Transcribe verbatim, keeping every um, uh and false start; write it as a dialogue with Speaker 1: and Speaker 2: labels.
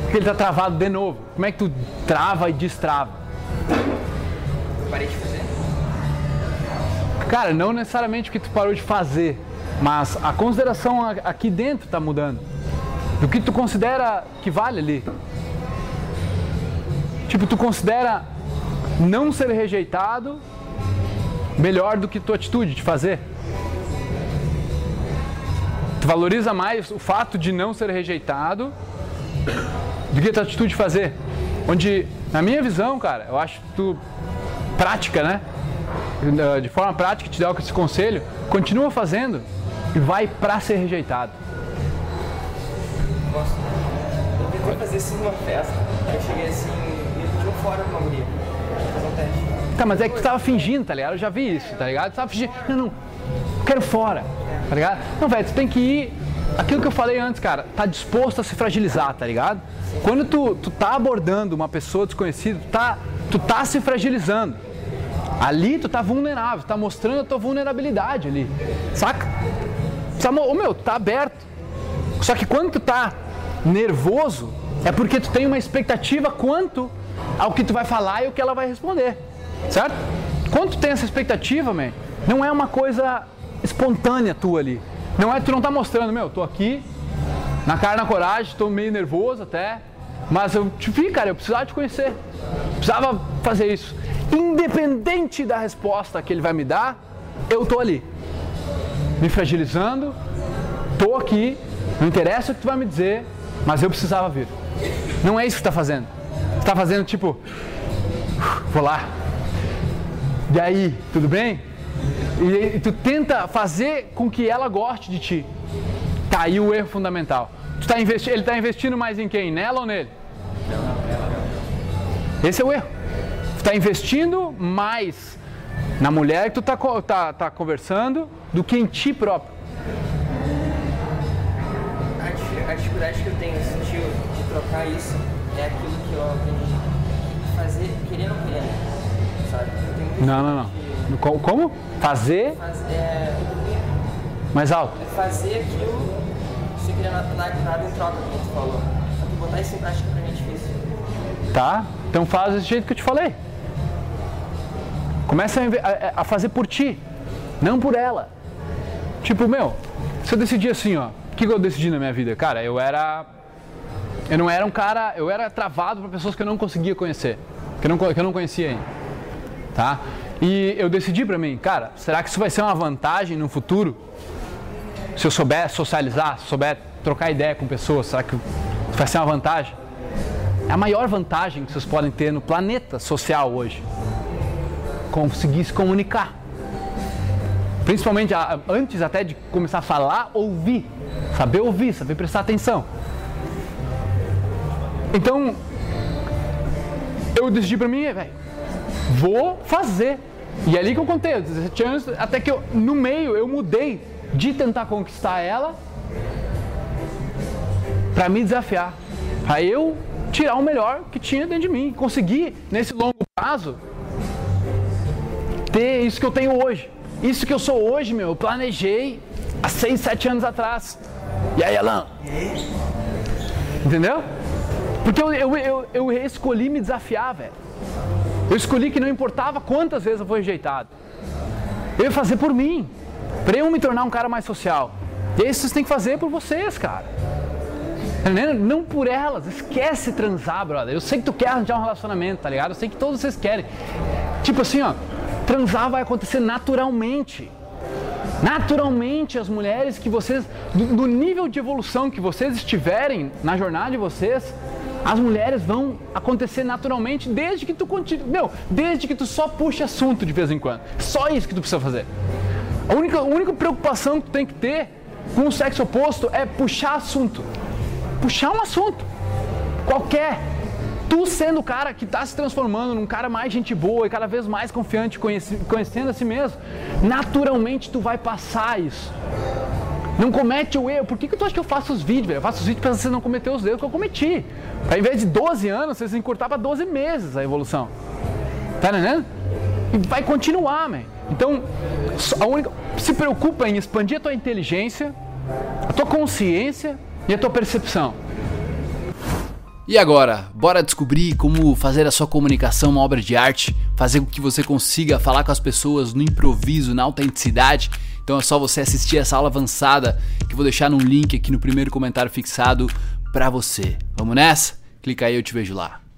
Speaker 1: Porque ele tá travado de novo. Como é que tu trava e destrava?
Speaker 2: Parei de fazer?
Speaker 1: Cara, não necessariamente porque tu parou de fazer, mas a consideração aqui dentro tá mudando. Do que tu considera que vale ali. Tipo, tu considera não ser rejeitado melhor do que tua atitude de fazer. Tu valoriza mais o fato de não ser rejeitado do que a tua atitude de fazer. Onde, na minha visão, cara, eu acho que tu, prática, né? De forma prática, te dá esse conselho, continua fazendo e vai pra ser rejeitado.
Speaker 2: Posso? Eu tentei fazer assim numa festa, aí eu cheguei assim, e eu pedi um fora pra uma guria, fazer um teste.
Speaker 1: Tá, mas é que tu tava fingindo, tá ligado? Eu já vi isso, tá ligado? Tu tava fingindo, não, não, eu quero fora, tá ligado? Não, velho, tu tem que ir, aquilo que eu falei antes, cara, tá disposto a se fragilizar, tá ligado? Quando tu, tu tá abordando uma pessoa desconhecida, tu tá, tu tá se fragilizando. Ali tu tá vulnerável, tu tá mostrando a tua vulnerabilidade ali, saca? Ô meu, tu tá aberto. Só que quando tu tá nervoso, é porque tu tem uma expectativa quanto ao que tu vai falar e o que ela vai responder, certo? Quando tu tem essa expectativa, man, não é uma coisa espontânea tua ali. Não é, tu não tá mostrando, meu, tô aqui, na cara, na coragem, tô meio nervoso até, mas eu te vi, cara, eu precisava te conhecer, precisava fazer isso. Independente da resposta que ele vai me dar, eu tô ali, me fragilizando, tô aqui, não interessa o que tu vai me dizer, mas eu precisava vir. Não é isso que tu tá fazendo. Tu tá fazendo tipo, vou lá, e aí, tudo bem? E, e tu tenta fazer com que ela goste de ti. Tá aí o erro fundamental. Tu tá investi- ele tá investindo mais em quem? Nela ou nele? Esse é o erro. Tu tá investindo mais na mulher que tu tá, tá, tá conversando do que em ti próprio.
Speaker 2: A dificuldade que eu tenho no sentido de trocar isso é aquilo que eu aprendi. Fazer, querer ou não querer, sabe? Eu tenho muito
Speaker 1: Não, não, não. De... Como? Fazer?
Speaker 2: Fazer, é...
Speaker 1: Mais alto.
Speaker 2: É fazer aquilo sem querer nada, nada em troca, como tu falou. Só que botar isso em prática pra mim é difícil.
Speaker 1: Tá? Então faz desse jeito que eu te falei. Começa a, a fazer por ti, não por ela. Tipo, meu, se eu decidir assim, ó, o que eu decidi na minha vida? Cara, eu era... Eu não era um cara... Eu era travado para pessoas que eu não conseguia conhecer. Que eu não, que eu não conhecia ainda. Tá? E eu decidi pra mim, cara, será que isso vai ser uma vantagem no futuro? Se eu souber socializar, se souber trocar ideia com pessoas, será que vai ser uma vantagem? É a maior vantagem que vocês podem ter no planeta social hoje. Conseguir se comunicar. Principalmente antes até de começar a falar, ouvir. Saber ouvir, saber prestar atenção. Então, eu decidi pra mim, velho, vou fazer. E é ali que eu contei, aos dezessete anos, até que eu, no meio eu mudei de tentar conquistar ela pra me desafiar. Pra eu tirar o melhor que tinha dentro de mim. Conseguir, nesse longo prazo, ter isso que eu tenho hoje. Isso que eu sou hoje, meu, eu planejei há seis, sete anos atrás. E aí, Alan? Entendeu? Porque eu, eu, eu, eu escolhi me desafiar, velho. Eu escolhi que não importava quantas vezes eu fui rejeitado. Eu ia fazer por mim. Pra eu me tornar um cara mais social. E aí vocês têm que fazer por vocês, cara. Não por elas. Esquece transar, brother. Eu sei que tu quer arranjar um relacionamento, tá ligado? Eu sei que todos vocês querem. Tipo assim, ó. Transar vai acontecer naturalmente. Naturalmente, as mulheres que vocês, do nível de evolução que vocês estiverem na jornada de vocês, as mulheres vão acontecer naturalmente desde que tu continue, meu, desde que tu só puxe assunto de vez em quando. Só isso que tu precisa fazer. A única, a única preocupação que tu tem que ter com o sexo oposto é puxar assunto. Puxar um assunto. Qualquer. Tu sendo o cara que está se transformando num cara mais gente boa e cada vez mais confiante, conheci, conhecendo a si mesmo, naturalmente tu vai passar isso. Não comete o erro. Por que, que tu acha que eu faço os vídeos, velho? Eu faço os vídeos para você não cometer os erros que eu cometi. Ao invés de doze anos, vocês encurtar para doze meses a evolução. Tá entendendo? E vai continuar, man. Então, a única, se preocupa em expandir a tua inteligência, a tua consciência e a tua percepção. E agora, bora descobrir como fazer a sua comunicação uma obra de arte, fazer com que você consiga falar com as pessoas no improviso, na autenticidade. Então é só você assistir essa aula avançada que eu vou deixar num link aqui no primeiro comentário fixado pra você. Vamos nessa? Clica aí, eu te vejo lá.